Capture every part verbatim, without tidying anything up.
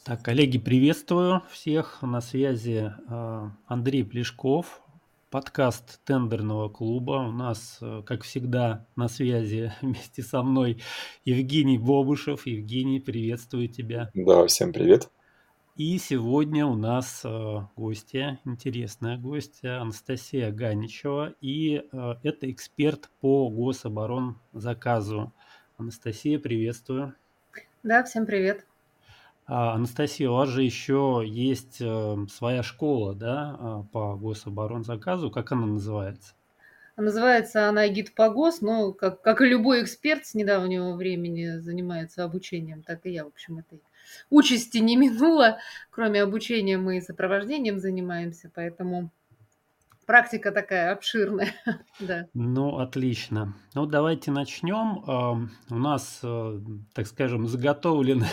Так, коллеги, приветствую всех. На связи а, Андрей Плешков, подкаст тендерного клуба. У нас, э, как всегда, на связи вместе со мной Евгений Бобышев. Евгений, приветствую тебя. Да, всем привет. И сегодня у нас э, гостья, интересная гостья, Анастасия Ганичева. И э, это эксперт по гособоронзаказу. Анастасия, приветствую. Да, всем привет. А, Анастасия, у вас же еще есть э, своя школа, да, а, по гособоронзаказу. Как она называется? Называется она «Гид по ГОС», но как, как и любой эксперт с недавнего времени занимается обучением, так и я, в общем, этой участи не минула. Кроме обучения мы и сопровождением занимаемся, поэтому практика такая обширная, да. Ну, отлично. Ну, давайте начнем. Ам, У нас, э, так скажем, заготовлены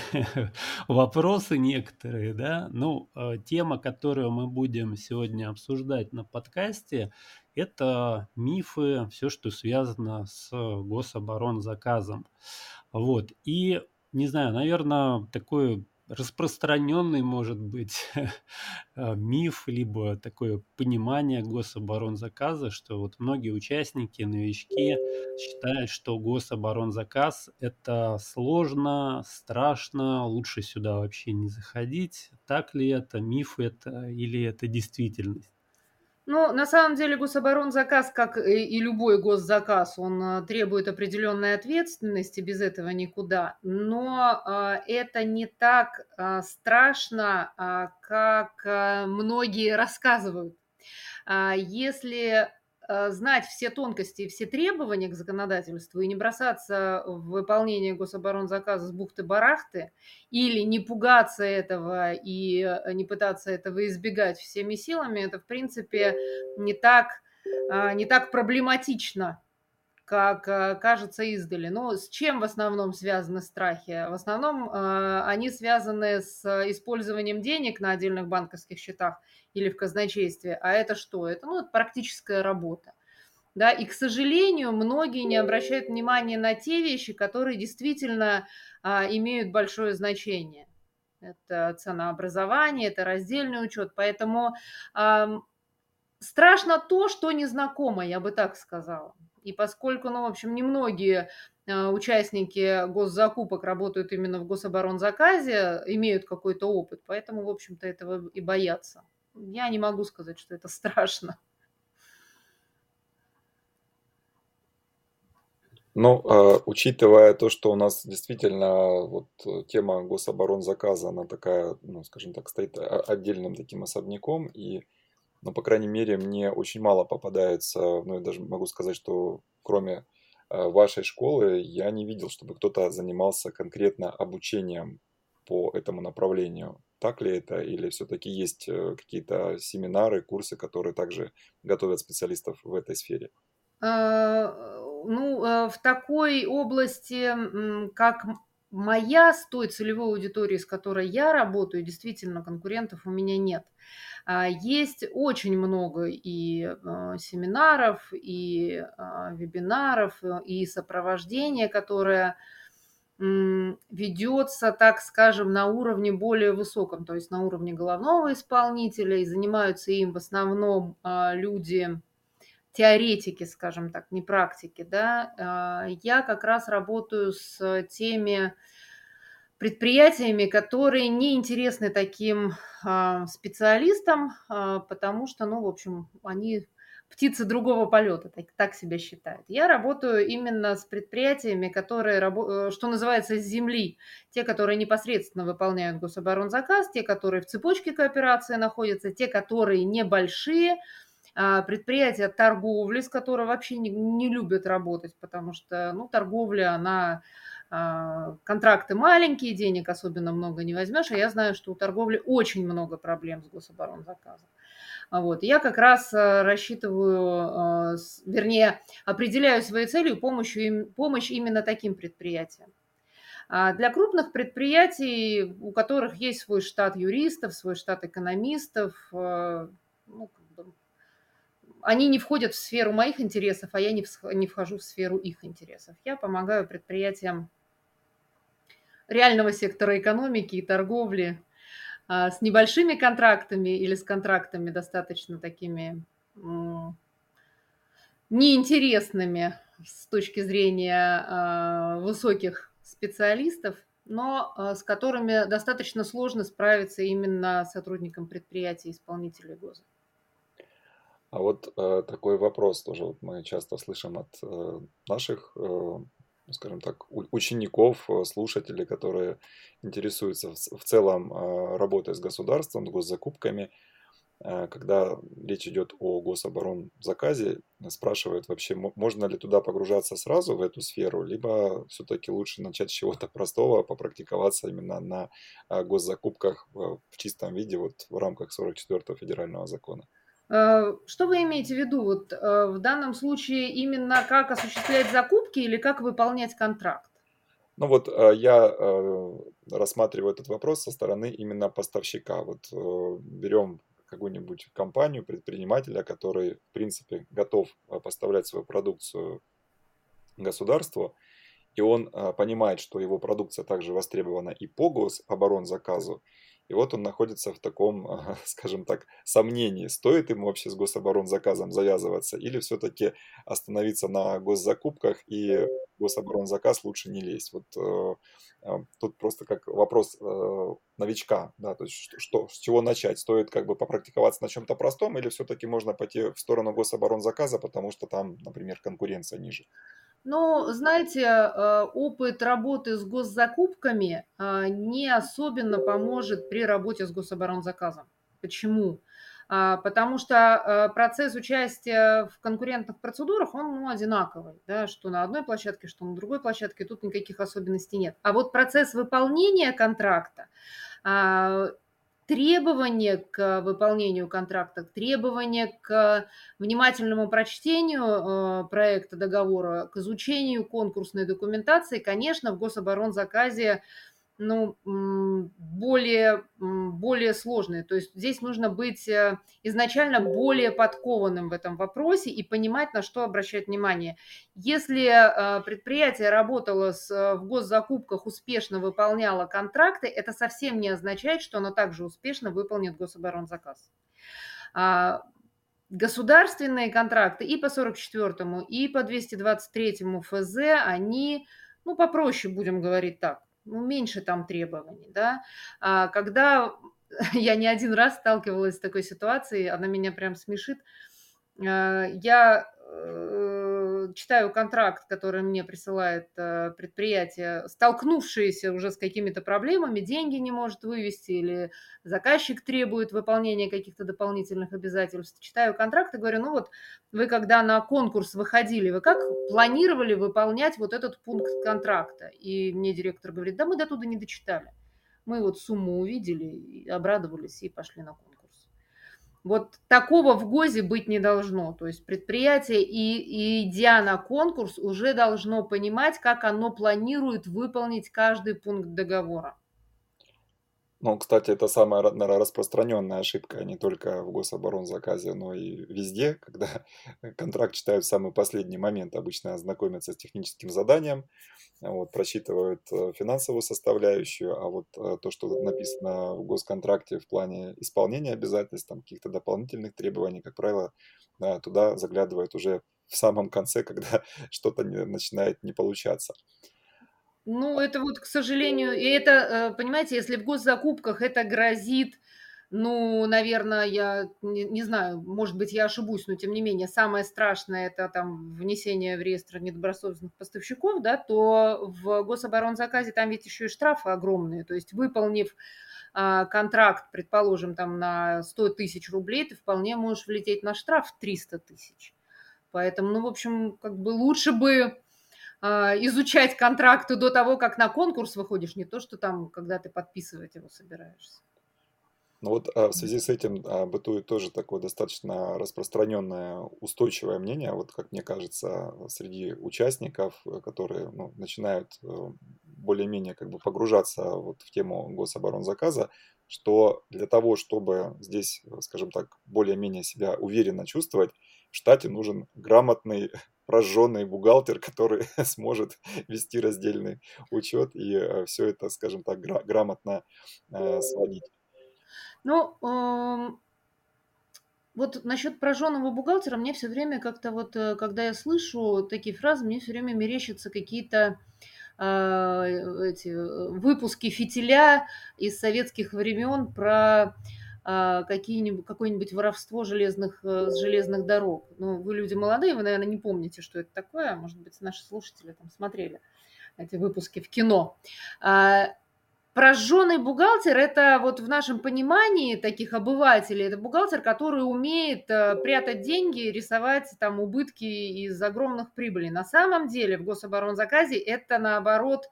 вопросы некоторые, да. Ну, э, тема, которую мы будем сегодня обсуждать на подкасте, это мифы, все, что связано с гособоронзаказом. Вот. И, не знаю, наверное, такой распространенный, может быть, э, миф, либо такое понимание гособоронзаказа, что вот многие участники, новички считают, что гособоронзаказ – это сложно, страшно, лучше сюда вообще не заходить. Так ли это, миф это или это действительность? Ну, на самом деле гособоронзаказ, как и и любой госзаказ, он а, требует определенной ответственности, без этого никуда. Но а, это не так а, страшно, а, как а, многие рассказывают. А, Если а, знать все тонкости и все требования к законодательству и не бросаться в выполнение гособоронзаказа с бухты-барахты, или не пугаться этого и э, не пытаться этого избегать всеми силами, это, в принципе, не так, а, не так проблематично, как а, кажется издали. Но с чем в основном связаны страхи? В основном а, они связаны с использованием денег на отдельных банковских счетах или в казначействе. А это что? Это, ну, это практическая работа. Да, и, к сожалению, многие не обращают внимания на те вещи, которые действительно а, имеют большое значение. Это ценообразование, это раздельный учет. Поэтому ам, страшно то, что незнакомо, я бы так сказала. И поскольку, ну, в общем, немногие а, участники госзакупок работают именно в гособоронзаказе, имеют какой-то опыт, поэтому, в общем-то, этого и боятся. Я не могу сказать, что это страшно. Ну, а, учитывая то, что у нас действительно вот э, тема гособоронзаказа, она такая, ну, скажем так, стоит о- отдельным таким особняком, и, ну, по крайней мере, мне очень мало попадается, ну, я даже могу сказать, что кроме э, вашей школы, я не видел, чтобы кто-то занимался конкретно обучением по этому направлению. Так ли это? Или все-таки есть э, какие-то семинары, курсы, которые также готовят специалистов в этой сфере? А, ну, э, в такой области, м, как м моя, с той целевой аудиторией, с которой я работаю, действительно, конкурентов у меня нет. А, есть очень много и, а, семинаров, и, а, вебинаров, э, и сопровождения, которое, м, ведется, так скажем, на уровне более высоком, то есть на уровне головного исполнителя, и занимаются им в основном, а, люди теоретики, скажем так, не практики, да. А, я как раз работаю с теми предприятиями, которые не интересны таким, а, специалистам, а, потому что, ну, в общем, они птицы другого полета, так так себя считают. Я работаю именно с предприятиями, которые рабо э, что называется, с земли. Те, которые непосредственно выполняют гособоронзаказ, те, которые в цепочке кооперации находятся, те, которые небольшие, а, предприятия торговли, с которой вообще не, не любят работать, потому что, ну, торговля, она, а, контракты маленькие, денег особенно много не возьмешь, а я знаю, что у торговли очень много проблем с гособоронзаказом. А вот, я как раз а, рассчитываю, а, с- вернее, определяю своей целью помощью, им- помощь именно таким предприятиям. А для крупных предприятий, у которых есть свой штат юристов, свой штат экономистов, э, ну, как бы они не входят в сферу моих интересов, а я не, всх- не вхожу в сферу их интересов. Я помогаю предприятиям реального сектора экономики и торговли. а, с небольшими контрактами или с контрактами достаточно такими м, неинтересными с точки зрения а, высоких специалистов, но а, с которыми достаточно сложно справиться именно сотрудникам предприятий, исполнителей ГОСа. А вот э, такой вопрос тоже вот мы часто слышим от э, наших, э, ну, скажем так, у- учеников, э, слушателей, которые интересуются в, ц- в целом э, работой с государством, с госзакупками, э, когда речь идет о гособоронзаказе, э, спрашивают вообще, мо- можно ли туда погружаться сразу в эту сферу, либо все-таки лучше начать с чего-то простого, попрактиковаться именно на э, госзакупках в, в чистом виде, вот в рамках сорок четвёртого федерального закона. Э, Что вы имеете в виду? Вот э, в данном случае именно как осуществлять закупки или как выполнять контракт? Ну вот э, я э, рассматриваю этот вопрос со стороны именно поставщика. Вот э, берем какую-нибудь компанию, предпринимателя, который, в принципе, готов э, поставлять свою продукцию государству, и он а, понимает, что его продукция также востребована и по гособоронзаказу, и вот он находится в таком, а, скажем так, сомнении, стоит ему вообще с гособоронзаказом завязываться или все-таки остановиться на госзакупках и в гособоронзаказ лучше не лезть. Вот э, а, тут просто как вопрос э, новичка, да, то есть что, что- с чего начать? Стоит как бы попрактиковаться на чем-то простом или все-таки можно пойти в сторону гособоронзаказа, потому что там, например, конкуренция ниже? Ну, знаете, э, опыт работы с госзакупками а, не особенно поможет при работе с гособоронзаказом. Почему? А, Потому что э, процесс участия в конкурентных процедурах, он ну, одинаковый, да, что на одной площадке, что на другой площадке, тут никаких особенностей нет. А вот процесс выполнения контракта, а, требования к выполнению контракта, требования к внимательному прочтению э, проекта договора, к изучению конкурсной документации, конечно, в гособоронзаказе ну, м, более, м, более сложные. То есть здесь нужно быть э, изначально более подкованным в этом вопросе и понимать, на что обращать внимание. Если э, предприятие работало с, э, в госзакупках, успешно выполняло контракты, это совсем не означает, что оно также успешно выполнит гособоронзаказ. А, Государственные контракты и по сорок четвёртому, и по двести двадцать третьему ФЗ, они, ну, попроще, будем говорить так, ну, меньше там требований, да. А, Когда я не один раз сталкивалась с такой ситуацией, она меня прям смешит. А, Я э, читаю контракт, который мне присылает э, предприятие, столкнувшееся уже с какими-то проблемами, деньги не может вывести или заказчик требует выполнения каких-то дополнительных обязательств. Читаю контракт и говорю, ну вот вы когда на конкурс выходили, вы как планировали выполнять вот этот пункт контракта? И мне директор говорит, да мы до туда не дочитали. Мы вот сумму увидели, и обрадовались и пошли на конкурс. Вот такого в ГОЗе быть не должно. То есть предприятие, и, и идя на конкурс, уже должно понимать, как оно планирует выполнить каждый пункт договора. Ну, кстати, это самая, ра- наверное, распространенная ошибка не только в гособоронзаказе, но и везде, когда контракт читают в самый последний момент, обычно знакомятся с техническим заданием, вот, просчитывают э, финансовую составляющую, а вот э, то, что написано в госконтракте в плане исполнения обязательств, там, каких-то дополнительных требований, как правило, да, туда заглядывают уже в самом конце, когда что-то не- начинает не получаться. Ну, это вот, к сожалению, и это, э, понимаете, если в госзакупках это грозит, ну, наверное, я не, не знаю, может быть, я ошибусь, но тем не менее, самое страшное это там внесение в реестр недобросовестных поставщиков, да, то в гособоронзаказе там ведь еще и штрафы огромные. То есть, выполнив а, контракт, предположим, там на сто тысяч рублей, ты вполне можешь влететь на штраф в триста тысяч. Поэтому, ну, в общем, как бы лучше бы а, изучать контракты до того, как на конкурс выходишь, не то, что там, когда ты подписывать его собираешься. Ну вот а, в связи с этим а, бытует тоже такое достаточно распространенное устойчивое мнение, вот как мне кажется, среди участников, э, которые ну, начинают э, более-менее как бы погружаться вот в тему гособоронзаказа, что для того, чтобы здесь, э, скажем так, более-менее себя уверенно чувствовать, в штате нужен грамотный, прожженный бухгалтер, который сможет вести раздельный учет и все это, скажем так, гра- грамотно э, сводить. Ну, эм, вот насчет прожженного бухгалтера мне все время как-то вот, э, когда я слышу такие фразы, мне все время мерещатся какие-то а, э, эти э, выпуски «Фитиля» из советских времен про а, какие-нибудь, какое-нибудь воровство железных, э, с железных дорог. Ну, вы люди молодые, вы, наверное, не помните, что это такое. Может быть, наши слушатели там смотрели эти выпуски в кино. А, Прожженный бухгалтер – это вот в нашем понимании таких обывателей, это бухгалтер, который умеет э, прятать деньги, рисовать там убытки из огромных прибылей. На самом деле в гособоронзаказе это наоборот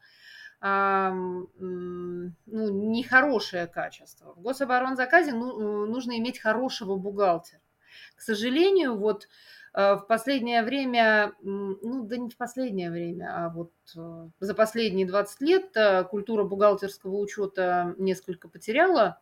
ам, м, ну, нехорошее качество. В гособоронзаказе ну, э, нужно иметь хорошего бухгалтера. К сожалению, вот э, в последнее время, м, ну да не в последнее время, а вот э, за последние двадцать лет э, культура бухгалтерского учета несколько потеряла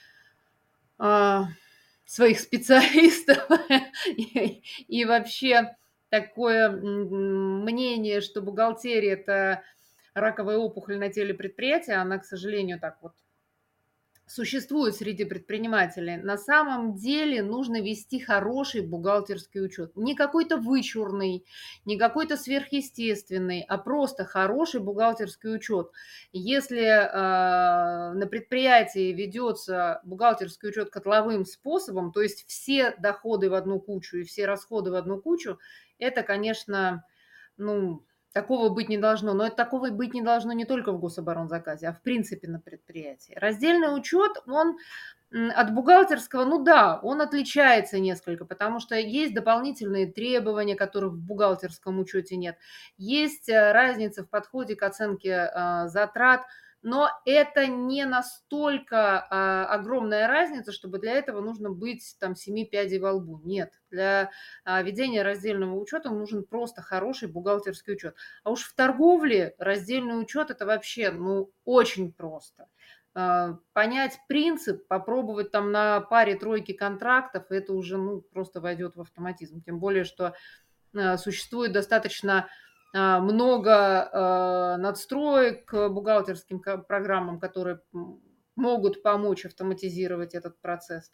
а, своих специалистов. И, и вообще такое м, мнение, что бухгалтерия – это раковая опухоль на теле предприятия, она, к сожалению, так вот существует среди предпринимателей. На самом деле нужно вести хороший бухгалтерский учет. Не какой-то вычурный, не какой-то сверхъестественный, а просто хороший бухгалтерский учет. Если э, на предприятии ведется бухгалтерский учет котловым способом, то есть все доходы в одну кучу и все расходы в одну кучу, это, конечно, ну, такого быть не должно. Но это такого быть не должно не только в гособоронзаказе, а в принципе на предприятии. Раздельный учет, он м, от бухгалтерского, ну да, он отличается несколько, потому что есть дополнительные требования, которых в бухгалтерском учете нет. Есть э, разница в подходе к оценке э, затрат, но это не настолько а, огромная разница, чтобы для этого нужно быть там семи пядей во лбу. Нет, для а, ведения раздельного учета нужен просто хороший бухгалтерский учет. А уж в торговле раздельный учет это вообще ну, очень просто. А, Понять принцип, попробовать там на паре тройки контрактов, это уже ну, просто войдет в автоматизм. Тем более, что а, существует достаточно а, много а, надстроек к бухгалтерским ко- программам, которые м, могут помочь автоматизировать этот процесс.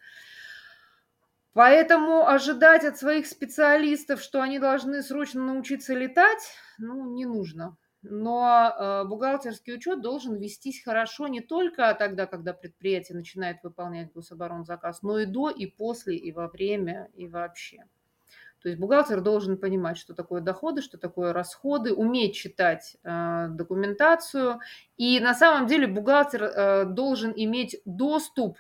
Поэтому ожидать от своих специалистов, что они должны срочно научиться летать, ну, не нужно. Но э, бухгалтерский учет должен вестись хорошо не только тогда, когда предприятие начинает выполнять гособоронзаказ, но и до, и после, и во время, и вообще. То есть бухгалтер должен понимать, что такое доходы, что такое расходы, уметь читать э, документацию. И на самом деле бухгалтер э, должен иметь доступ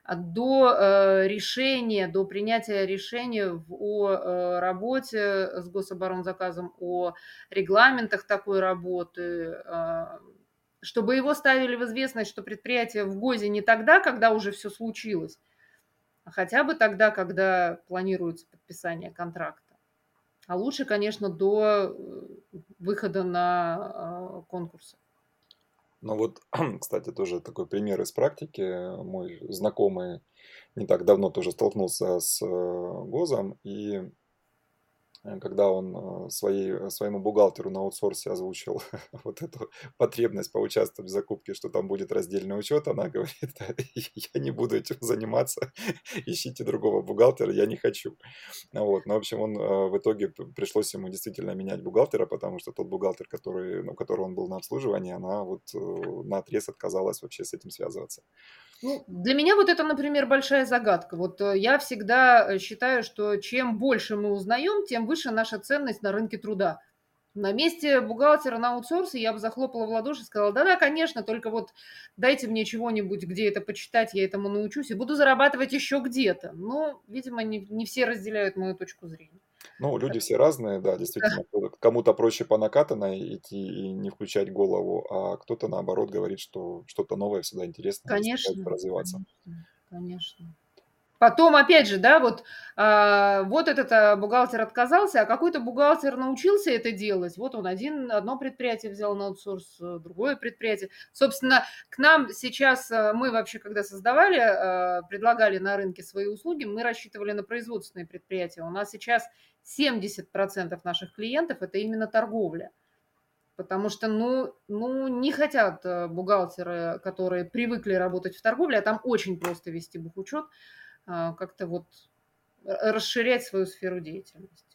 до э, решения, до принятия решения в, о э, работе с гособоронзаказом, о регламентах такой работы, э, чтобы его ставили в известность, что предприятие в ГОЗе не тогда, когда уже все случилось, а хотя бы тогда, когда планируется подписание контракта. А лучше, конечно, до э, выхода на э, конкурсы. Ну вот, кстати, тоже такой пример из практики. Мой знакомый не так давно тоже столкнулся с э, ГОЗом, и э, когда он э, своей, своему бухгалтеру на аутсорсе озвучил вот эту потребность поучаствовать в закупке, что там будет раздельный учет, она говорит, я не буду этим заниматься, ищите другого бухгалтера, я не хочу. Ну Вот. Но, в общем, он э, в итоге п- пришлось ему действительно менять бухгалтера, потому что тот бухгалтер, который, ну, которого он был на обслуживании, она вот э, наотрез отказалась вообще с этим связываться. Ну, для меня вот это, например, большая загадка. Вот э, я всегда э, считаю, что чем больше мы узнаем, тем выше наша ценность на рынке труда. На месте бухгалтера на аутсорсе я бы захлопала в ладоши и сказала, да-да, конечно, только вот дайте мне чего-нибудь, где это почитать, я этому научусь и буду зарабатывать еще где-то. Но, видимо, не, не все разделяют мою точку зрения. Ну, люди все разные, да, действительно. кто- Кому-то проще по накатанной идти и не включать голову, а кто-то, наоборот, говорит, что что-то новое всегда интересно и старается Конечно, развиваться. конечно, конечно. Потом, опять же, да, вот, а, вот этот а, бухгалтер отказался, а какой-то бухгалтер научился это делать. Вот он один, одно предприятие взял на аутсорс, э, другое предприятие. Собственно, к нам сейчас, а, мы вообще, когда создавали, а, предлагали на рынке свои услуги, мы рассчитывали на производственные предприятия. У нас сейчас семьдесят процентов наших клиентов – это именно торговля. Потому что, ну, ну, не хотят э, бухгалтеры, которые привыкли работать в торговле, а там очень просто вести бухучет, а, как-то вот р- расширять свою сферу деятельности.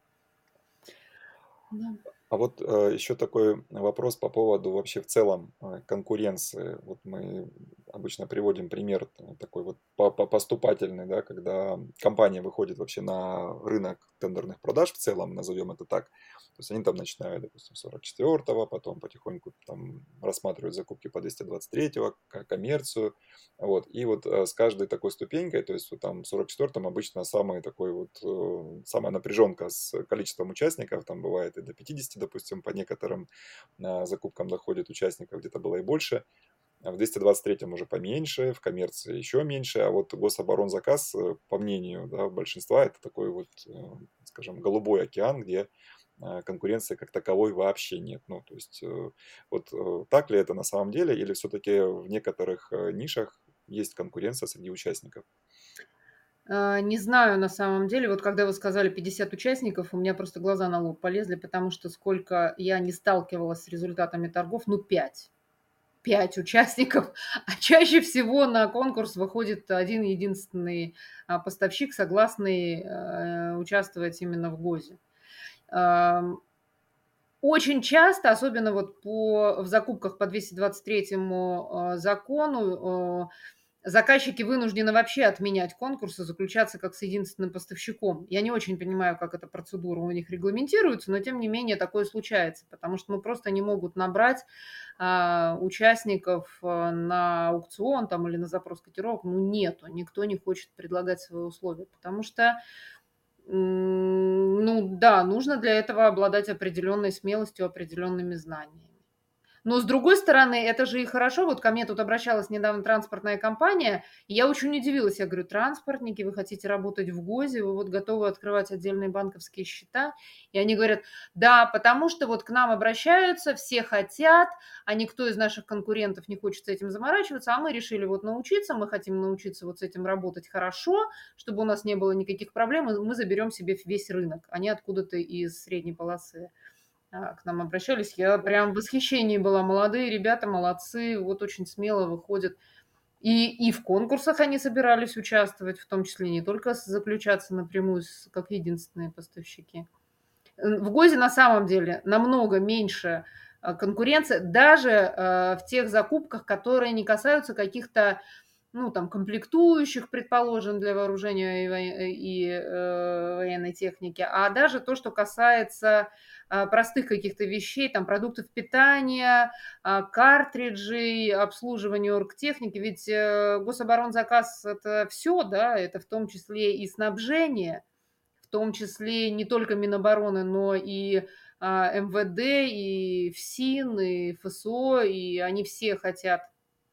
Да. А вот э, еще такой вопрос по поводу вообще в целом э, конкуренции. Вот мы обычно приводим пример т- такой вот по- по- поступательный, да, когда компания выходит вообще на рынок тендерных продаж в целом, назовем это так. То есть они там начинают, допустим, с сорок четвёртого, потом потихоньку там рассматривают закупки по двести двадцать третьего, ко- коммерцию. Вот. И вот э, с каждой такой ступенькой, то есть вот там в сорок четвёртом обычно самый такой вот, э, самая напряженка с количеством участников, там бывает и до пятидесяти, допустим, по некоторым э, закупкам доходит участников, где-то было и больше. А в двести двадцать третьем уже поменьше, в коммерции еще меньше, а вот гособоронзаказ, э, по мнению, да, большинства, это такой вот, э, скажем, голубой океан, где э, конкуренции как таковой вообще нет. Ну, то есть, э, вот э, так ли это на самом деле, или все-таки в некоторых э, нишах есть конкуренция среди участников? А, Не знаю на самом деле, вот когда вы сказали пятьдесят участников, у меня просто глаза на лоб полезли, потому что сколько я не сталкивалась с результатами торгов, ну пять. Пять участников, а чаще всего на конкурс выходит один единственный а, поставщик, согласный э, участвовать именно в ГОЗе. Ам, Очень часто, особенно вот по, в закупках по двести двадцать третьему э, закону, э, заказчики вынуждены вообще отменять конкурсы, заключаться как с единственным поставщиком. Я не очень понимаю, как эта процедура у них регламентируется, но тем не менее такое случается, потому что ну, просто не могут набрать а, участников а, на аукцион там, или на запрос котировок. Ну, нету, никто не хочет предлагать свои условия, потому что М, ну да, нужно для этого обладать определенной смелостью, определенными знаниями. Но с другой стороны, это же и хорошо. Вот ко мне тут обращалась недавно транспортная компания, и я очень удивилась. Я говорю, транспортники, вы хотите работать в ГОЗе, вы вот готовы открывать отдельные банковские счета? И они говорят, да, потому что вот к нам обращаются, все хотят, а никто из наших конкурентов не хочет с этим заморачиваться, а мы решили вот научиться, мы хотим научиться вот с этим работать хорошо, чтобы у нас не было никаких проблем, и мы заберем себе весь рынок, а не откуда-то из средней полосы а, к нам обращались. Я прям в восхищении была. Молодые ребята, молодцы, вот очень смело выходят. И, и в конкурсах они собирались участвовать, в том числе не только с- заключаться напрямую с- как единственные поставщики. Э, В ГОЗе на самом деле намного меньше э, конкуренции, даже э, в тех закупках, которые не касаются каких-то ну, там, комплектующих, предположим, для вооружения и, во- и, э, военной техники, а даже то, что касается а, простых каких-то вещей, там, продуктов питания, а, картриджей, обслуживания оргтехники. Ведь э, гособоронзаказ– это все, да, это в том числе и снабжение, в том числе не только Минобороны, но и а, эм вэ дэ, и ФСИН, и эф эс о, и они все хотят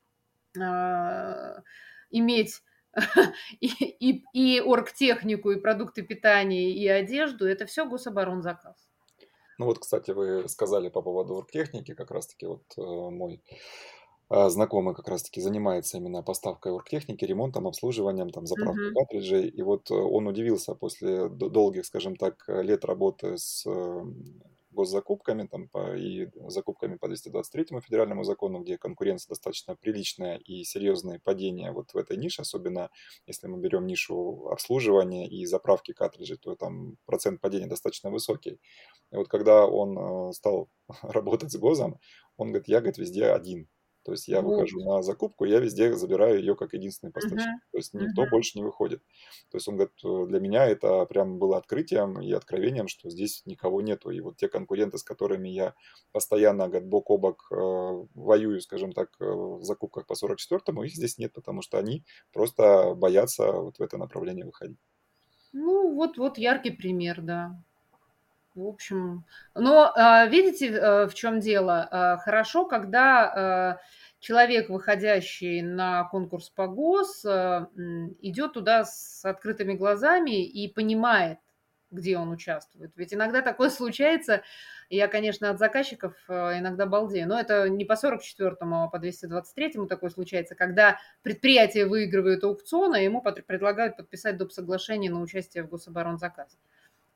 а, иметь и, и, и оргтехнику, и продукты питания, и одежду, это все гособоронзаказ. Ну вот, кстати, вы сказали по поводу оргтехники, как раз-таки вот э, мой э, знакомый как раз-таки занимается именно поставкой оргтехники, ремонтом, обслуживанием, там, заправкой Мгм. картриджей. И вот э, он удивился после д- долгих, скажем так, э, лет работы с э, госзакупками там, по, и закупками по двести двадцать третьему федеральному закону, где конкуренция достаточно приличная и серьезные падения вот в этой нише, особенно если мы берем нишу обслуживания и заправки картриджей, то там процент падения достаточно высокий. И вот когда он э, стал работать с ГОЗом, он говорит, я, говорит, везде один. То есть я Вот. выхожу на закупку, я везде забираю ее как единственный поставщик. Мгм. То есть никто Мгм. больше не выходит. То есть он говорит, «Э, для меня это прям было открытием и откровением, что здесь никого нету. И вот те конкуренты, с которыми я постоянно, говорит, бок о бок э, воюю, скажем так, э, в закупках по сорок четвёртому, их здесь нет, потому что они просто боятся вот в это направление выходить. Ну, вот, вот яркий пример, да. В общем, но а, видите, э, в чем дело? А, Хорошо, когда э, человек, выходящий на конкурс по ГОС, э, м, идет туда с открытыми глазами и понимает, где он участвует. Ведь иногда такое случается, я, конечно, от заказчиков э, иногда балдею, но это не по сорок четвёртому, а по двести двадцать третьему такое случается, когда предприятие выигрывает аукцион, а ему под- предлагают подписать доп. Соглашение на участие в гособоронзаказе.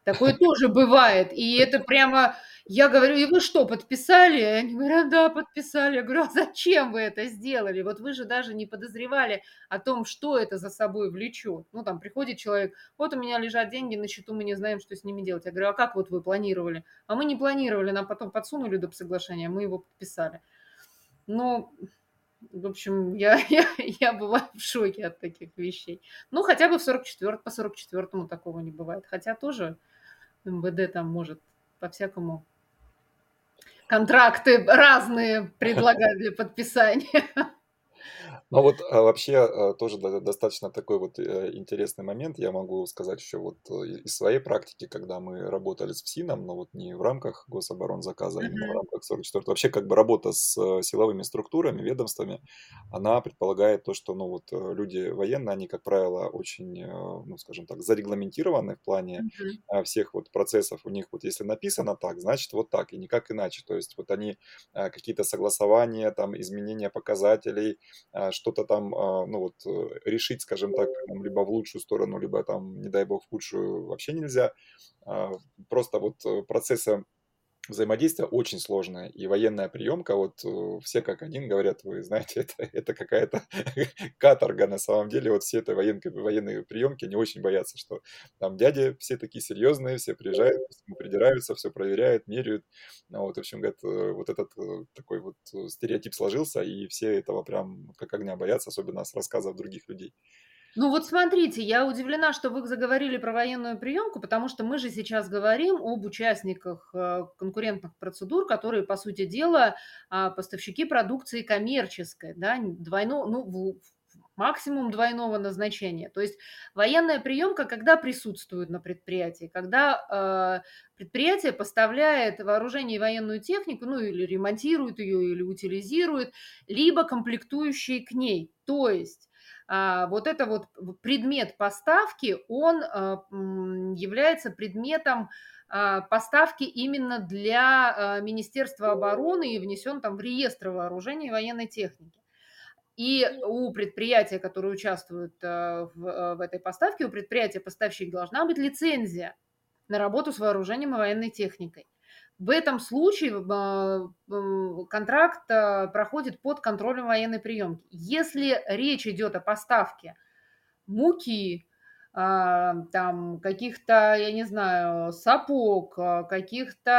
Такое тоже бывает. И это прямо, я говорю: "И вы что, подписали?" Они говорят: "Да, подписали". Я говорю: "А зачем вы это сделали? Вот вы же даже не подозревали о том, что это за собой влечет". Ну, там приходит человек: "Вот у меня лежат деньги на счету, мы не знаем, что с ними делать". Я говорю: "А как вот вы планировали?" "А мы не планировали, нам потом подсунули доп. Соглашение, мы его подписали". Ну, в общем, я я я бываю в шоке от таких вещей. Ну, хотя бы в сорок четвёртом, по сорок четвёртому такого не бывает. Хотя тоже эм вэ дэ там может по-всякому контракты разные предлагать для подписания. Ну вот, а вообще, а, тоже до достаточно такой вот, э, интересный момент. Я могу сказать еще вот э, и из своей практики, когда мы работали с ФСИНом, но вот не в рамках гособоронзаказа, а именно в Мгм. рамках сорок четвёртого. Вообще, как бы работа с э, силовыми структурами, ведомствами, она предполагает то, что, ну вот, э, люди военные, они, как правило, очень, э, ну, скажем так, зарегламентированы в плане, Мгм. а, всех вот процессов. У них вот если написано так, значит вот так и никак иначе. То есть вот они, а, какие-то согласования, там, изменения показателей, а, что-то там, а, ну вот, э, решить, скажем так, там, либо в лучшую сторону, либо там, не дай бог, в худшую вообще нельзя. А, Просто вот э, процессы взаимодействие очень сложное. И военная приемка, вот э, все как один говорят, вы знаете, это, это какая-то каторга на самом деле. Вот все это военки, военные приемки не очень боятся, что там дяди все такие серьезные, все приезжают, ко всему придираются, все проверяют, меряют. Ну, вот, в общем, говорят, э, вот этот э, такой вот э, стереотип сложился, и все этого прям как огня боятся, особенно с рассказов других людей. Ну вот смотрите, я удивлена, что вы заговорили про военную приемку, потому что мы же сейчас говорим об участниках э, конкурентных процедур, которые, по сути дела, а, поставщики продукции коммерческой, да, н- двойно, ну, в- в- максимум двойного назначения. То есть военная приемка, когда присутствует на предприятии, когда э, предприятие поставляет вооружение и военную технику, ну или ремонтирует ее, или утилизирует, либо комплектующие к ней. То есть а, вот это вот предмет поставки, он а, м, является предметом а, поставки именно для а, Министерства обороны и внесен там в реестр вооружений и военной техники. И у предприятия, которое участвует а, в, а, в этой поставке, у предприятия-поставщик должна быть лицензия на работу с вооружением и военной техникой. В этом случае а, м, контракт а, проходит под контролем военной приемки. Если речь идет о поставке муки, а, там каких-то, я не знаю, сапог, а, каких-то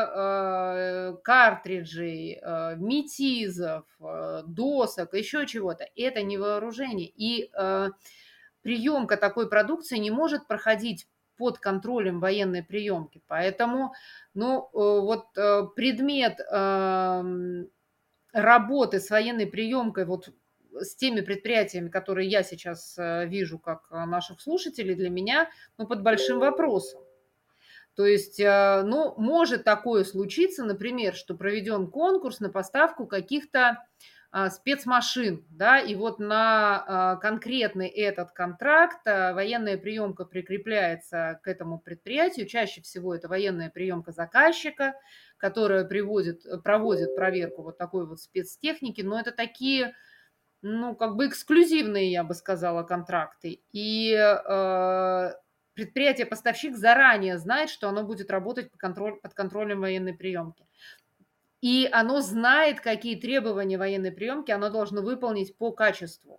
а, картриджей, а, метизов, а, досок, еще чего-то. Это не вооружение. И а, приемка такой продукции не может проходить под контролем военной приемки. Поэтому, ну, э, вот э, предмет ам, работы с военной приемкой вот с теми предприятиями, которые я сейчас э, вижу как э, наших слушателей, для меня, ну, под большим вопросом. То есть, э, ну, может такое случиться, например, что проведен конкурс на поставку каких-то а, спецмашин, да, и вот на а, конкретный этот контракт а, военная приемка прикрепляется к этому предприятию. Чаще всего это военная приемка заказчика, которая приводит, проводит проверку вот такой вот спецтехники, но это такие, ну, как бы эксклюзивные, я бы сказала, контракты. И э, предприятие-поставщик заранее знает, что оно будет работать под, контроль, под контролем военной приемки. И оно знает, какие требования военной приемки оно должно выполнить по качеству.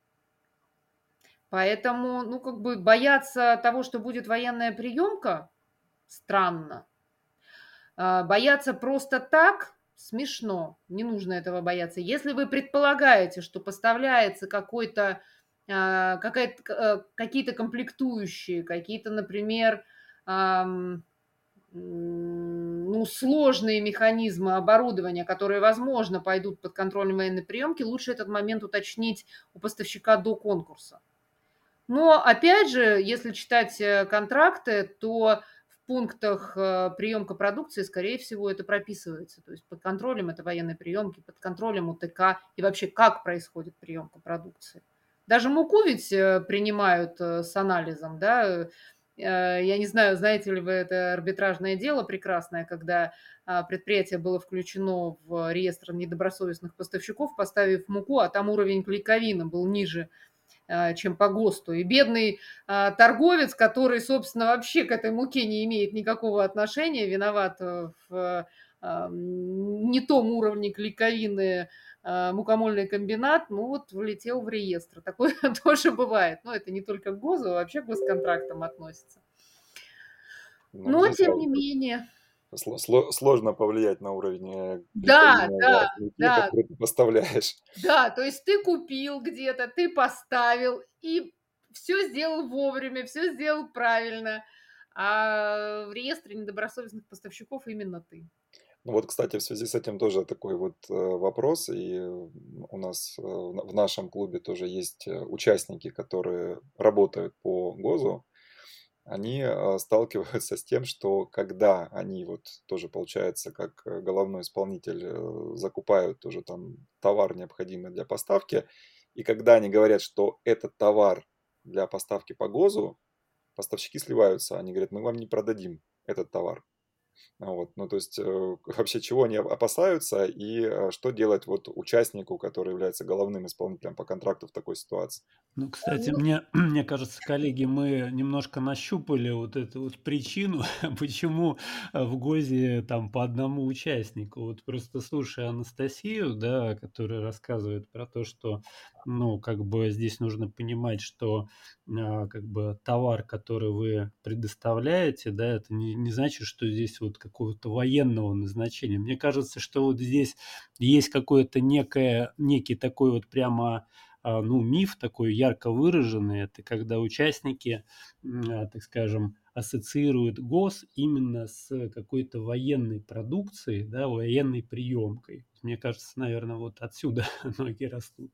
Поэтому, ну, как бы бояться того, что будет военная приемка, странно. А, Бояться просто так смешно, не нужно этого бояться. Если вы предполагаете, что поставляется какой-то, а, какая-то, к- э, какие-то комплектующие, какие-то, например, ам, м, ну, сложные механизмы оборудования, которые, возможно, пойдут под контролем военной приемки, лучше этот момент уточнить у поставщика до конкурса. Но опять же, если читать э, контракты, то в пунктах э, приемка продукции, скорее всего, это прописывается. То есть под контролем это военной приемки, под контролем у тэ ка и вообще как происходит приемка продукции. Даже муку ведь э, принимают э, с анализом, да. Э, Я не знаю, знаете ли вы это арбитражное дело прекрасное, когда а, предприятие было включено в реестр недобросовестных поставщиков, поставив муку, а там уровень клейковины был ниже а, чем по ГОСТу. И бедный а, торговец, который, собственно, вообще к этой муке не имеет никакого отношения, виноват э, в а, м, не том уровне клейковины а, мукомольный комбинат, ну вот влетел в реестр. Такое тоже бывает. Но это не только к ГОЗу, а вообще к госконтрактам относится. Ну, Но, здесь тем не менее, сло- сло- сложно повлиять на уровень э, да, гликозинового да, муки, да, который ты поставляешь. да, то есть ты купил где-то, ты поставил и все сделал вовремя, все сделал правильно, а в реестре недобросовестных поставщиков именно ты. Ну вот, кстати, в связи с этим тоже такой вот э, вопрос, и э, у нас э, в на- в нашем клубе тоже есть э, участники, которые работают по ГОЗу. Они э, сталкиваются с тем, что когда они вот тоже, получается, как э, головной исполнитель э, закупают тоже там товар, необходимый для поставки, и когда они говорят, что этот товар для поставки по ГОЗу, поставщики сливаются, они говорят, мы вам не продадим этот товар. А Вот, ну, то есть, э, вообще чего они опасаются и э, что делать вот участнику, который является головным исполнителем по контракту в такой ситуации? Ну, кстати, Ну, мне, мне кажется, коллеги, мы немножко нащупали вот эту вот причину, почему э, в ГОЗе там по одному участнику. Вот просто слушая Анастасию, да, которая рассказывает про то, что, ну, как бы здесь нужно понимать, что а, как бы товар, который вы предоставляете, да, это не, не значит, что здесь вот какого-то военного назначения. Мне кажется, что вот здесь есть какое-то некое, некий такой вот прямо а, ну, миф такой ярко выраженный, это когда участники, м, а, так скажем, ассоциируют ГОС именно с какой-то военной продукцией, да, военной приемкой. Мне кажется, наверное, вот отсюда ноги растут.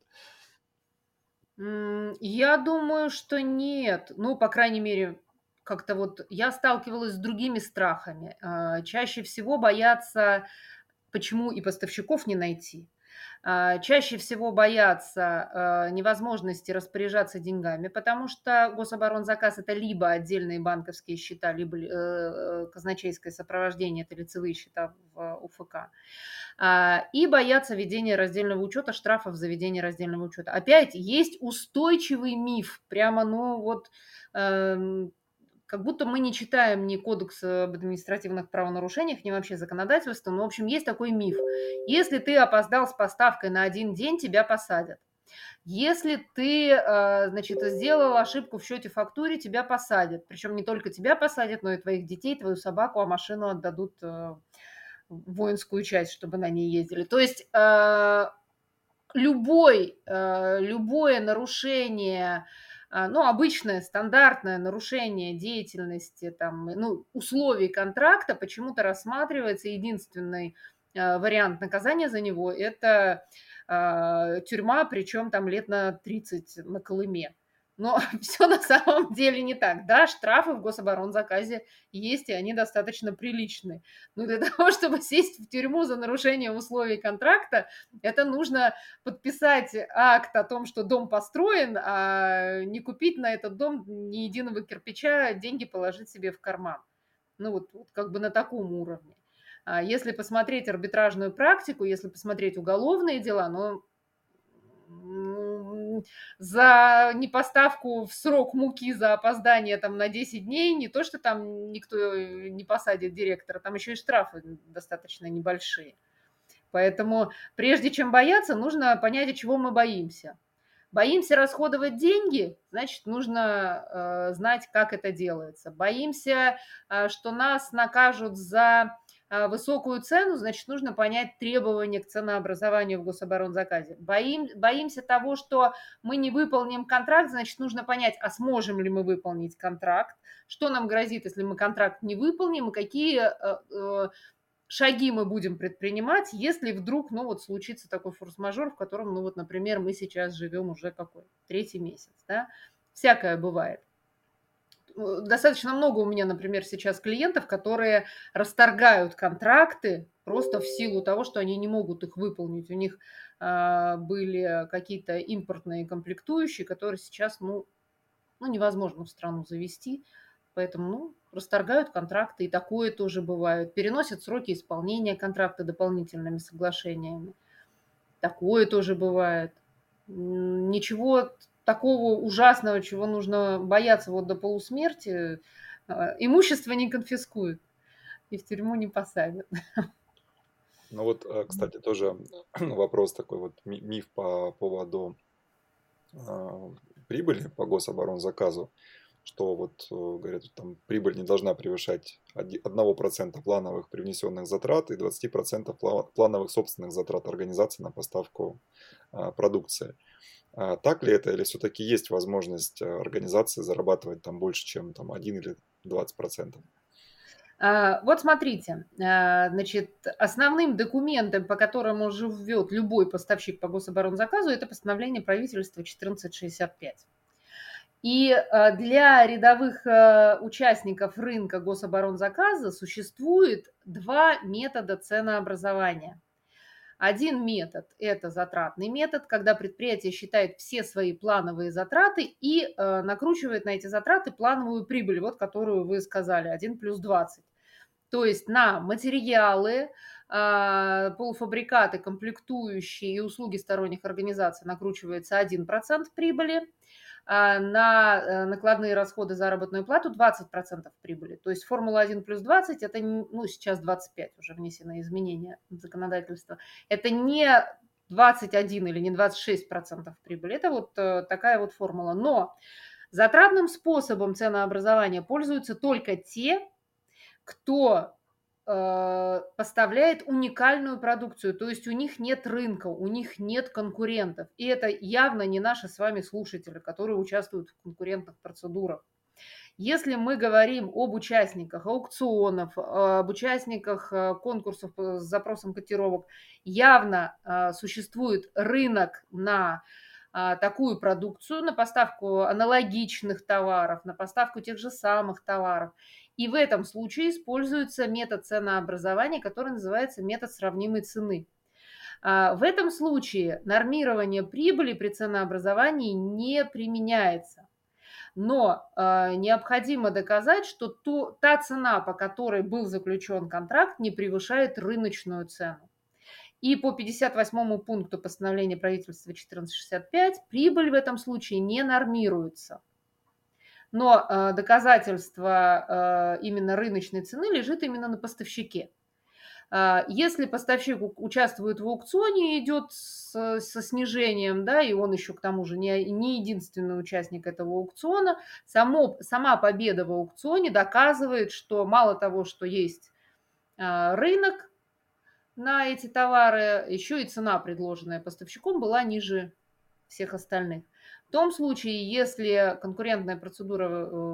м, я думаю, что нет. Ну, по крайней мере, как-то вот я сталкивалась с другими страхами. А, Чаще всего боятся, почему и поставщиков не найти. А, Чаще всего боятся а, невозможности распоряжаться деньгами, потому что гособоронзаказ – это либо отдельные банковские счета, либо э, э, казначейское сопровождение, это лицевые счета в УФК. А, И боятся ведения раздельного учета, штрафов за ведение раздельного учета. Опять есть устойчивый миф, прямо, ну вот, эм, как будто мы не читаем ни кодекс об административных правонарушениях, ни вообще законодательство. Но, в общем, есть такой миф. Если ты опоздал с поставкой на один день, тебя посадят. Если ты, э, значит, сделал ошибку в счете фактуре, тебя посадят. Причем не только тебя посадят, но и твоих детей, твою собаку, а машину отдадут э, в воинскую часть, чтобы на ней ездили. То есть э, любой, э, любое нарушение, а, ну, обычное, стандартное нарушение деятельности, там, ну, условий контракта почему-то рассматривается единственный э, вариант наказания за него – это э, тюрьма, причем там лет на тридцать на Колыме. Но все на самом деле не так. Да, штрафы в гособоронзаказе есть, и они достаточно приличные. Но для того, чтобы сесть в тюрьму за нарушение условий контракта, это нужно подписать акт о том, что дом построен, а не купить на этот дом ни единого кирпича, деньги положить себе в карман. Ну вот, вот как бы на таком уровне. А если посмотреть арбитражную практику, если посмотреть уголовные дела, ну, за непоставку в срок муки, за опоздание там на десять дней, не то, что там никто не посадит директора, там еще и штрафы достаточно небольшие. Поэтому прежде чем бояться, нужно понять, от чего мы боимся. Боимся расходовать деньги, значит, нужно э, знать, как это делается. Боимся, э, что нас накажут за э, высокую цену, значит, нужно понять требования к ценообразованию в гособоронзаказе. Боим, боимся того, что мы не выполним контракт, значит, нужно понять, а сможем ли мы выполнить контракт, что нам грозит, если мы контракт не выполним, и какие э, э, шаги мы будем предпринимать, если вдруг, ну, вот случится такой форс-мажор, в котором, ну, вот, например, мы сейчас живем уже какой? Третий месяц, да? Всякое бывает. Достаточно много у меня, например, сейчас клиентов, которые расторгают контракты просто в силу того, что они не могут их выполнить. У них а, были какие-то импортные комплектующие, которые сейчас, ну, ну, невозможно в страну завести. Поэтому, ну, расторгают контракты, и такое тоже бывает. Переносят сроки исполнения контракта дополнительными соглашениями. Такое тоже бывает. М, Ничего такого ужасного, чего нужно бояться вот до полусмерти, имущество не конфискуют и в тюрьму не посадят. Ну вот, кстати, тоже вопрос такой вот, миф по поводу прибыли по гособоронзаказу, что вот, говорят, там прибыль не должна превышать одного процента плановых привнесенных затрат и двадцати процентов плановых собственных затрат организации на поставку продукции. Так ли это, или все-таки есть возможность организации зарабатывать там больше, чем там один или двадцать процентов? Вот смотрите, значит, основным документом, по которому живет любой поставщик по гособоронзаказу, это постановление правительства четырнадцать шестьдесят пять. И для рядовых участников рынка гособоронзаказа существует два метода ценообразования. Один метод – это затратный метод, когда предприятие считает все свои плановые затраты и э, накручивает на эти затраты плановую прибыль, вот которую вы сказали, один плюс двадцать. То есть на материалы, э, полуфабрикаты, комплектующие и услуги сторонних организаций накручивается один процент прибыли, а на накладные расходы, заработную плату двадцать процентов прибыли. То есть формула один плюс двадцать, это, ну, сейчас двадцать пять уже внесены изменения в законодательство. Это не двадцать один или не двадцать шесть процентов прибыли. Это вот такая вот формула. Но затратным способом ценообразования пользуются только те, кто поставляет уникальную продукцию, то есть у них нет рынка, у них нет конкурентов. И это явно не наши с вами слушатели, которые участвуют в конкурентных процедурах. Если мы говорим об участниках аукционов, об участниках конкурсов с запросом котировок, явно существует рынок на такую продукцию, на поставку аналогичных товаров, на поставку тех же самых товаров. И в этом случае используется метод ценообразования, который называется метод сравнимой цены. В этом случае нормирование прибыли при ценообразовании не применяется. Но необходимо доказать, что то, та цена, по которой был заключен контракт, не превышает рыночную цену. И по пятьдесят восьмому пункту постановления правительства четырнадцать шестьдесят пять прибыль в этом случае не нормируется. Но э, доказательство э, именно рыночной цены лежит именно на поставщике. Э, если поставщик участвует в аукционе и идет с, со снижением, да, и он еще к тому же не, не единственный участник этого аукциона, само, сама победа в аукционе доказывает, что мало того, что есть э, рынок на эти товары, еще и цена, предложенная поставщиком, была ниже всех остальных. В том случае, если конкурентная процедура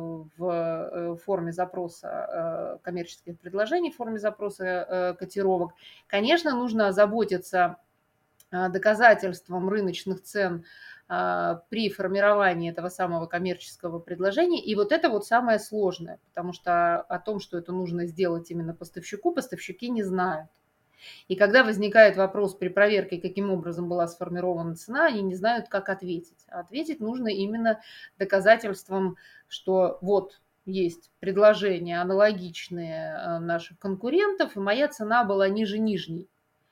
в форме запроса коммерческих предложений, в форме запроса котировок, конечно, нужно озаботиться доказательством рыночных цен при формировании этого самого коммерческого предложения. И вот это вот самое сложное, потому что о том, что это нужно сделать именно поставщику, поставщики не знают. И когда возникает вопрос при проверке, каким образом была сформирована цена, они не знают, как ответить. А ответить нужно именно доказательством, что вот есть предложения аналогичные наших конкурентов, и моя цена была ниже нижней.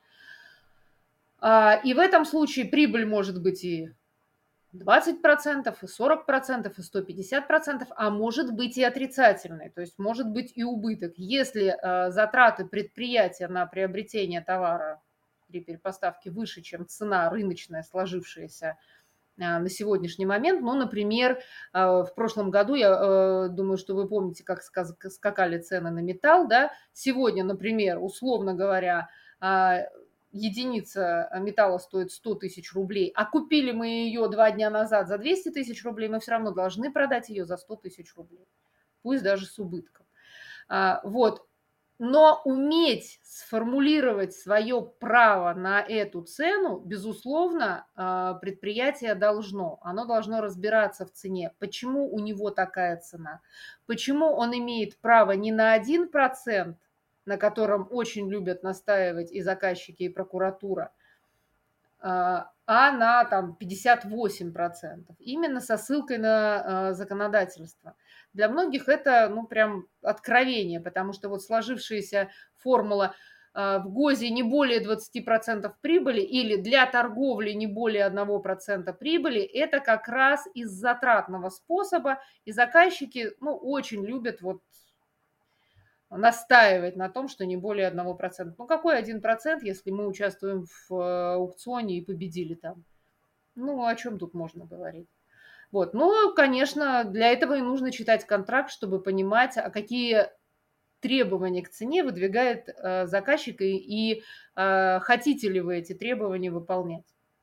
И в этом случае прибыль может быть и двадцать процентов, и сорок процентов, и сто пятьдесят процентов, а может быть и отрицательный, то есть может быть и убыток. Если э, затраты предприятия на приобретение товара при перепоставке выше, чем цена рыночная, сложившаяся э, на сегодняшний момент, ну, например, э, в прошлом году, я э, думаю, что вы помните, как скакали цены на металл, да, сегодня, например, условно говоря, э, единица металла стоит сто тысяч рублей, а купили мы ее два дня назад за двести тысяч рублей, мы все равно должны продать ее за сто тысяч рублей, пусть даже с убытком. Вот. Но уметь сформулировать свое право на эту цену, безусловно, предприятие должно. Оно должно разбираться в цене. Почему у него такая цена? Почему он имеет право не на один процент, на котором очень любят настаивать и заказчики, и прокуратура, а на там, пятьдесят восемь процентов, именно со ссылкой на законодательство. Для многих это ну, прям откровение, потому что вот сложившаяся формула в ГОЗе не более двадцати процентов прибыли или для торговли не более одного процента прибыли, это как раз из затратного способа, и заказчики, ну, очень любят вот настаивать на том, что не более одного процента. Ну, какой один процент, если мы участвуем в аукционе и победили там? Ну, о чем тут можно говорить? Вот. Ну, конечно, для этого и нужно читать контракт, чтобы понимать, а какие требования к цене выдвигает э, заказчик и, и э, хотите ли вы эти требования выполнять.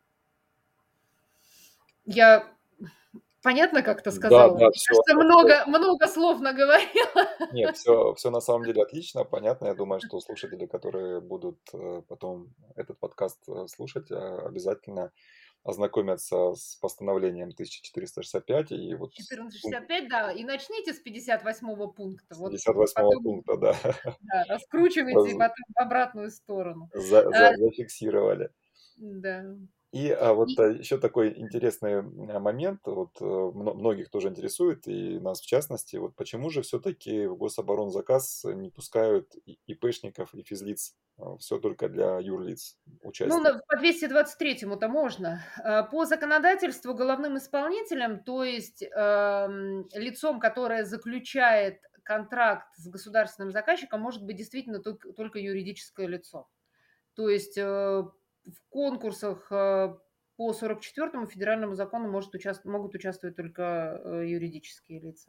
Я понятно как-то Да, сказала? да, Мне все. кажется, много, много слов наговорила. Нет, все, все на самом деле отлично, понятно. Я думаю, что слушатели, которые будут э, потом этот подкаст э, слушать, э, обязательно ознакомятся с постановлением тысяча четыреста шестьдесят пять и вот с четырнадцать пунк- шестьдесят пять, да, и начните с пятьдесят восьмого пункта. с Вот пятьдесят восьмого потом пункта, да, да, раскручивайте и потом в обратную сторону. за- А, за- зафиксировали. да. И а, вот И а, еще такой интересный м, момент, вот э, мно- многих тоже интересует, и нас в частности, вот почему же все-таки в Гособоронзаказ не пускают и- ИПшников и физлиц, все только для юрлиц Ну, участие? на по двести двадцать третьему-то можно. А, по законодательству головным исполнителем, то есть, эм, лицом, которое заключает контракт с государственным заказчиком, может быть действительно только только юридическое лицо. То есть, э, в конкурсах, э, по сорок четвёртому федеральному закону может участ могут участвовать только, э, юридические лица.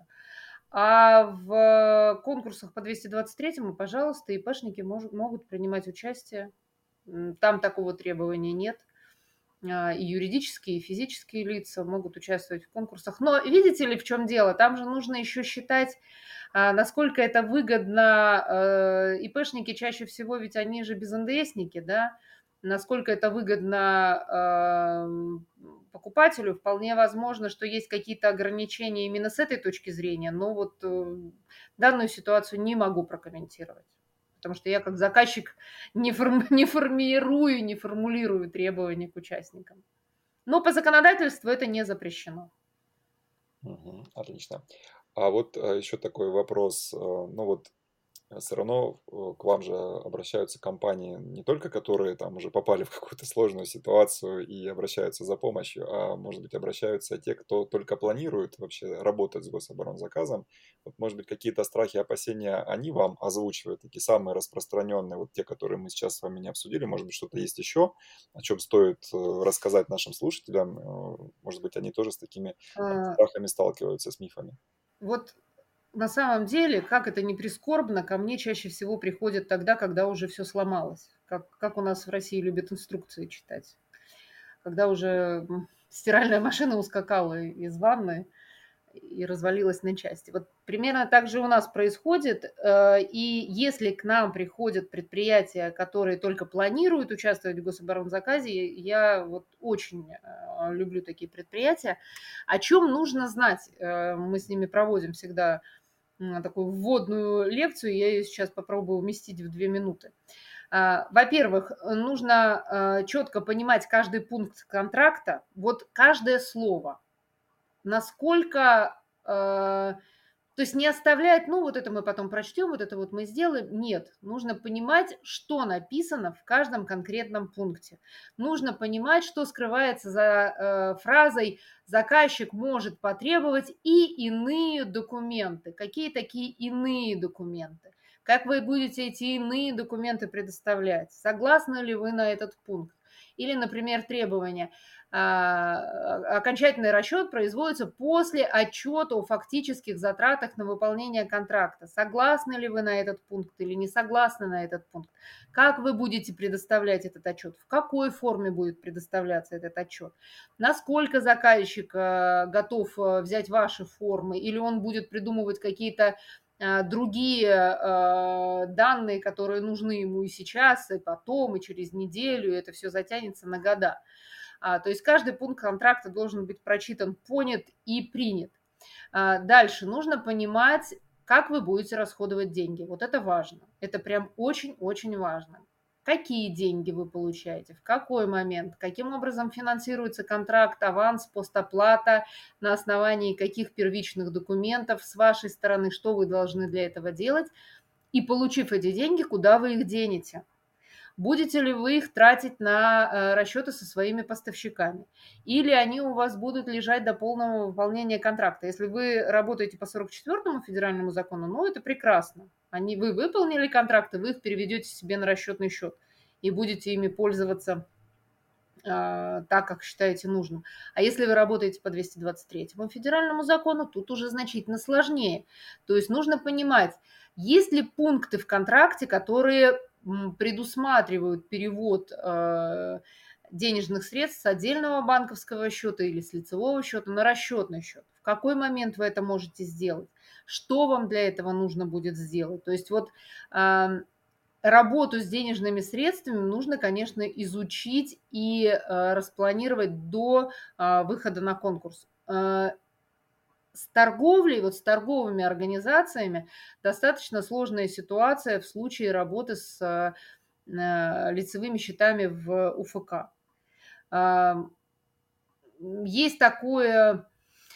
А в конкурсах по двести двадцать третьему, пожалуйста, ИПшники может могут принимать участие. М, там такого требования нет. А, и юридические, и физические лица могут участвовать в конкурсах. Но видите ли, в чем дело? Там же нужно еще считать, а, насколько это выгодно. Э, ИПшники чаще всего, ведь они же безНДСники, да? Насколько это выгодно ам, покупателю, вполне возможно, что есть какие-то ограничения именно с этой точки зрения, но вот э, данную ситуацию не могу прокомментировать. Потому что я как заказчик не, форм, не формирую, не формулирую требования к участникам. Но по законодательству это не запрещено. Мгм, отлично. А вот еще такой вопрос. э, Ну вот все равно э, к вам же обращаются компании не только которые там уже попали в какую-то сложную ситуацию и обращаются за помощью, а может быть обращаются те, кто только планирует вообще работать с гособоронзаказом. Вот, может быть, какие-то страхи, опасения они вам озвучивают, такие самые распространенные, вот те, которые мы сейчас с вами не обсудили. Может быть, что-то есть еще, о чем стоит э, рассказать нашим слушателям. Э, Может быть, они тоже с такими А, страхами сталкиваются, с мифами. Вот на самом деле, как это ни прискорбно, ко мне чаще всего приходят тогда, когда уже все сломалось. Как, как у нас в России любят инструкции читать. Когда уже м, стиральная машина ускакала из ванны и развалилась на части. Вот примерно так же у нас происходит. э, И если к нам приходят предприятия, которые только планируют участвовать в гособоронзаказе, я вот очень э, люблю такие предприятия. О чем нужно знать? Э, Мы с ними проводим всегда м, такую вводную лекцию, я ее сейчас попробую уместить в две минуты. А, Во-первых, нужно четко понимать каждый пункт контракта, вот каждое слово, насколько, э, то есть не оставлять, ну вот это мы потом прочтем, вот это вот мы сделаем. Нет, нужно понимать, что написано в каждом конкретном пункте. Нужно понимать, что скрывается за э, фразой «заказчик может потребовать и иные документы». Какие такие иные документы? Как вы будете эти иные документы предоставлять? Согласны ли вы на этот пункт? Или, например, требование – а, окончательный расчет производится после отчета о фактических затратах на выполнение контракта. Согласны ли вы на этот пункт или не согласны на этот пункт? Как вы будете предоставлять этот отчет? В какой форме будет предоставляться этот отчет? Насколько заказчик э, готов э, взять ваши формы, или он будет придумывать какие-то э, другие э, данные, которые нужны ему и сейчас, и потом, и через неделю, и это все затянется на года. А, то есть каждый пункт контракта должен быть прочитан, понят и принят. А, дальше нужно понимать, как вы будете расходовать деньги. Вот это важно. Это прям очень-очень важно. Какие деньги вы получаете, в какой момент, каким образом финансируется контракт, аванс, постоплата, на основании каких первичных документов с вашей стороны, что вы должны для этого делать. И получив эти деньги, куда вы их денете. Будете ли вы их тратить на расчеты со своими поставщиками? Или они у вас будут лежать до полного выполнения контракта? Если вы работаете по сорок четвёртому федеральному закону, ну, это прекрасно. Они, вы выполнили контракты, вы их переведете себе на расчетный счет и будете ими пользоваться а, так, как считаете нужным. А если вы работаете по двести двадцать третьему федеральному закону, тут уже значительно сложнее. То есть нужно понимать, есть ли пункты в контракте, которые предусматривают перевод э, денежных средств с отдельного банковского счета или с лицевого счета на расчетный счет. В какой момент вы это можете сделать? Что вам для этого нужно будет сделать? То есть вот э, работу с денежными средствами нужно, конечно, изучить и э, распланировать до э, выхода на конкурс. Э, с торговлей, вот с торговыми организациями достаточно сложная ситуация в случае работы с э, лицевыми счетами в УФК. Э, есть такое,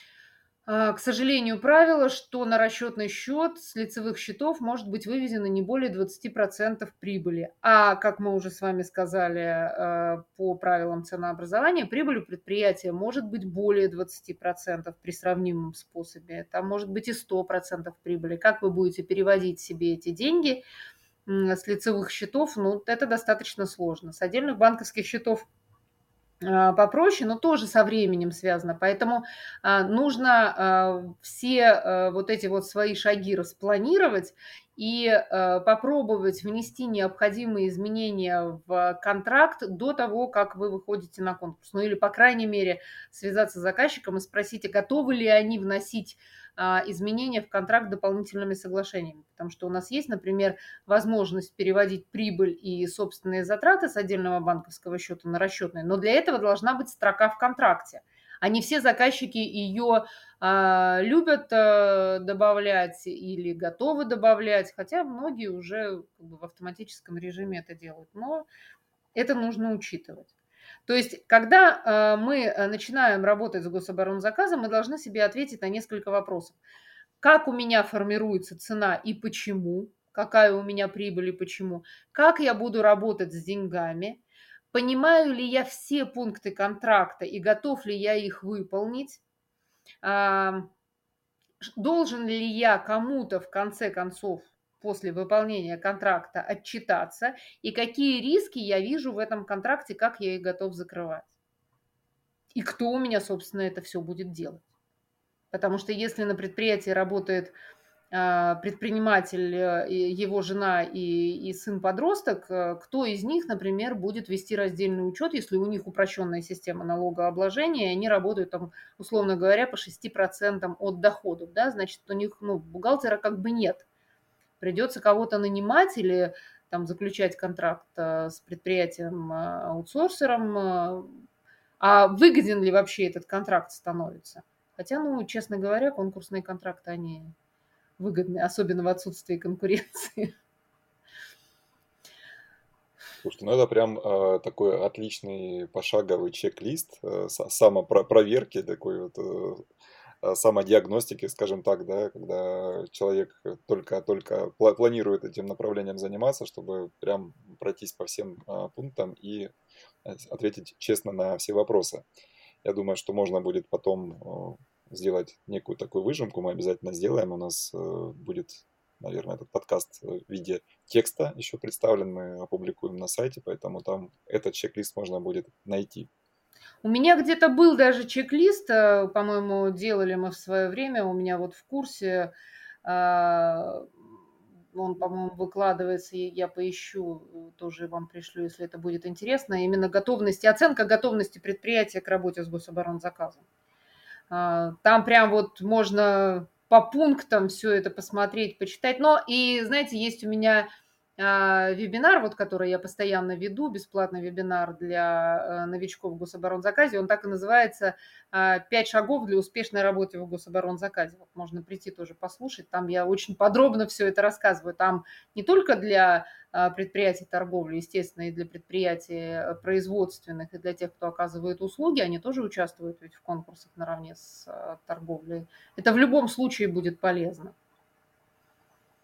к сожалению, правило, что на расчетный счет с лицевых счетов может быть выведено не более двадцать процентов прибыли. А, как мы уже с вами сказали, по правилам ценообразования, прибыль у предприятия может быть более двадцать процентов при сравнимом способе. Там может быть и сто процентов прибыли. Как вы будете переводить себе эти деньги с лицевых счетов, ну, это достаточно сложно. С отдельных банковских счетов попроще, но тоже со временем связано. Поэтому а, нужно а, все а, вот эти вот свои шаги распланировать и а, попробовать внести необходимые изменения в контракт до того, как вы выходите на конкурс. Ну или, по крайней мере, связаться с заказчиком и спросить, а готовы ли они вносить изменения в контракт дополнительными соглашениями. Потому что у нас есть, например, возможность переводить прибыль и собственные затраты с отдельного банковского счета на расчетный, но для этого должна быть строка в контракте. А не все заказчики ее а, любят а, добавлять или готовы добавлять, хотя многие уже как бы в автоматическом режиме это делают. Но это нужно учитывать. То есть, когда э, мы начинаем работать с гособоронзаказом, мы должны себе ответить на несколько вопросов. Как у меня формируется цена и почему? Какая у меня прибыль и почему? Как я буду работать с деньгами? Понимаю ли я все пункты контракта и готов ли я их выполнить? А, должен ли я кому-то в конце концов после выполнения контракта отчитаться, и какие риски я вижу в этом контракте, как я их готов закрывать. И кто у меня, собственно, это все будет делать. Потому что если на предприятии работает предприниматель, его жена и, и сын-подросток, кто из них, например, будет вести раздельный учет, если у них упрощенная система налогообложения, и они работают, там, условно говоря, по шесть процентов от доходов, да, значит, у них ну, бухгалтера как бы нет. Придется кого-то нанимать или там, заключать контракт с предприятием-аутсорсером. А выгоден ли вообще этот контракт становится? Хотя, ну, честно говоря, конкурсные контракты, они выгодны, особенно в отсутствии конкуренции. Слушайте, ну это прям э, такой отличный пошаговый чек-лист э, самопроверки, такой вот э, самодиагностики, скажем так, да, когда человек только-только планирует этим направлением заниматься, чтобы прям пройтись по всем э, пунктам и ответить честно на все вопросы. Я думаю, что можно будет потом э, сделать некую такую выжимку, мы обязательно сделаем, у нас э, будет, наверное, этот подкаст в виде текста еще представлен, мы опубликуем на сайте, поэтому там этот чек-лист можно будет найти. У меня где-то был даже чек-лист, по-моему, делали мы в свое время, у меня вот в курсе, он, по-моему, выкладывается, я поищу, тоже вам пришлю, если это будет интересно, именно готовность, оценка готовности предприятия к работе с гособоронзаказом. Там прям вот можно по пунктам все это посмотреть, почитать. Но и, знаете, есть у меня вебинар, вот, который я постоянно веду, бесплатный вебинар для новичков в гособоронзаказе. Он так и называется «Пять шагов для успешной работы в гособоронзаказе». Вот можно прийти тоже послушать. Там я очень подробно все это рассказываю. Там не только для предприятий торговли, естественно, и для предприятий производственных, и для тех, кто оказывает услуги. Они тоже участвуют ведь в конкурсах наравне с торговлей. Это в любом случае будет полезно.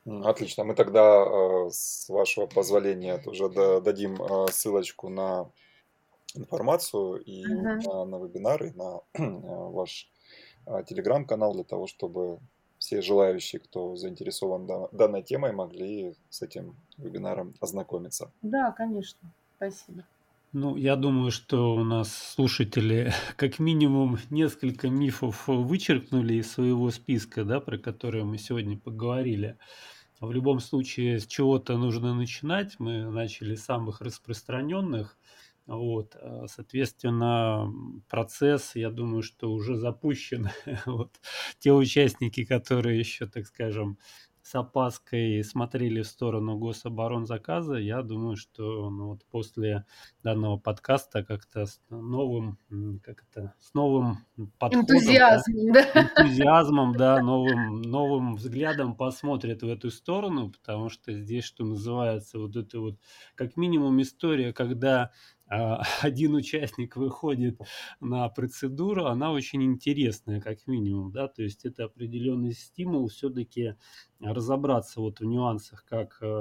М, Отлично. Мы тогда, э, с вашего позволения, тоже да- дадим э, ссылочку на информацию и Мгм. на, на вебинар, и на э, ваш э, телеграм-канал для того, чтобы все желающие, кто заинтересован да- данной темой, могли с этим вебинаром ознакомиться. Да, конечно. Спасибо. Ну, я думаю, что у нас слушатели как минимум несколько мифов вычеркнули из своего списка, да, про которые мы сегодня поговорили. В любом случае, с чего-то нужно начинать. Мы начали с самых распространенных. Вот, а, соответственно, м, процесс, я думаю, что уже запущен. Вот те участники, которые еще, так скажем, с опаской смотрели в сторону гособоронзаказа, я думаю, что ну, вот после данного подкаста как-то с новым, м, как это, с новым подходом, да, Энтузиазм, да. энтузиазмом, да, новым, новым взглядом посмотрят в эту сторону, потому что здесь, что называется, вот это вот как минимум история, когда а, один участник выходит на процедуру, она очень интересная, как минимум, да, то есть это определенный стимул все-таки разобраться вот в нюансах, как э,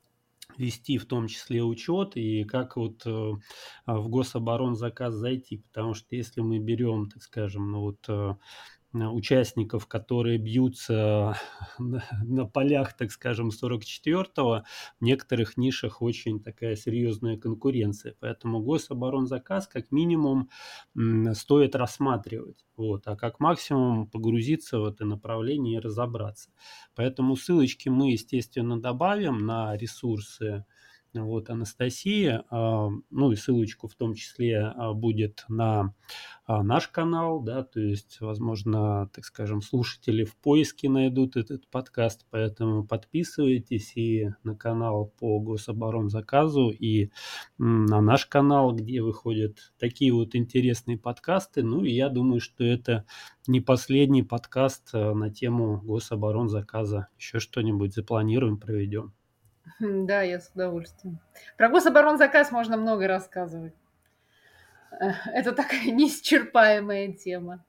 вести в том числе учет и как вот э, а, в гособоронзаказ зайти, потому что если мы берем, так скажем, ну вот э, а, участников, которые бьются на, на полях, так скажем, сорок четвёртого, в некоторых нишах очень такая серьезная конкуренция. Поэтому гособоронзаказ как минимум м, стоит рассматривать, вот, а как максимум погрузиться в это направление и разобраться. Поэтому ссылочки мы, естественно, добавим на ресурсы вот, Анастасии, а, ну и ссылочку в том числе а, будет на а, наш канал, да, то есть, возможно, так скажем, слушатели в поиске найдут этот подкаст, поэтому подписывайтесь и на канал по гособоронзаказу, и м, на наш канал, где выходят такие вот интересные подкасты. Ну и я думаю, что это не последний подкаст а, на тему гособоронзаказа. Еще что-нибудь запланируем, проведем. Хм, Да, я с удовольствием. Про гособоронзаказ можно много рассказывать. Э, Это такая неисчерпаемая тема.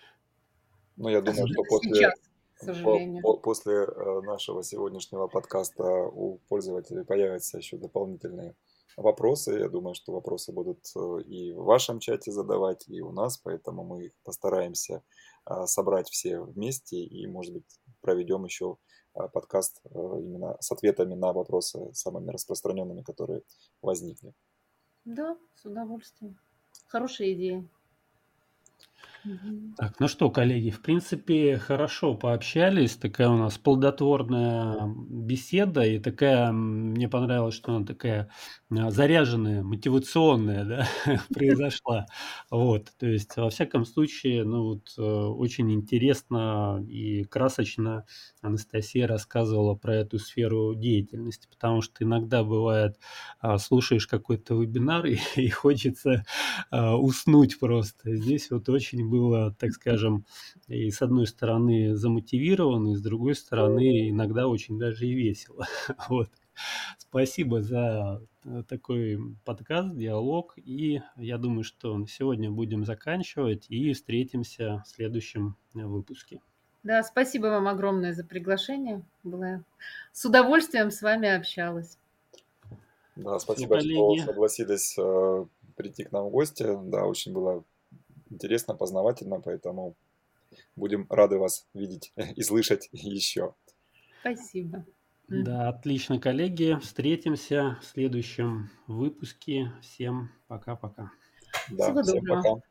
Но я думаю, Особенно что после, сейчас, к по- сожалению. по- после э, нашего сегодняшнего подкаста у пользователей появятся еще дополнительные вопросы. Я думаю, что вопросы будут э, и в вашем чате задавать, и у нас, поэтому мы их постараемся э, собрать все вместе и, может быть, проведем еще э, подкаст э, именно с ответами на вопросы самыми распространенными, которые возникли. Да, с удовольствием. Хорошая идея. Мгм. Так, ну что, коллеги, в принципе, хорошо пообщались. Такая у нас плодотворная беседа, и такая, м, мне понравилось, что она такая а, заряженная, мотивационная, да, произошла. Вот, то есть, во всяком случае, ну вот, э, очень интересно и красочно Анастасия рассказывала про эту сферу деятельности, потому что иногда бывает, а, слушаешь какой-то вебинар и, и хочется а, уснуть просто. Здесь вот очень было, так скажем, и с одной стороны замотивировано, и с другой стороны иногда очень даже и весело. Вот. Спасибо за э, такой подкаст, диалог. И я думаю, что на сегодня будем заканчивать и встретимся в следующем э, выпуске. Да, спасибо вам огромное за приглашение. Было с удовольствием с вами общалась. Да, Все, спасибо, что коллеги. согласились э, прийти к нам в гости. Да, очень было интересно, познавательно, поэтому будем рады вас видеть и слышать еще. Спасибо. Мгм. Да, отлично, коллеги. Встретимся в следующем выпуске. Всем пока-пока. Да, Всего всем доброго. пока.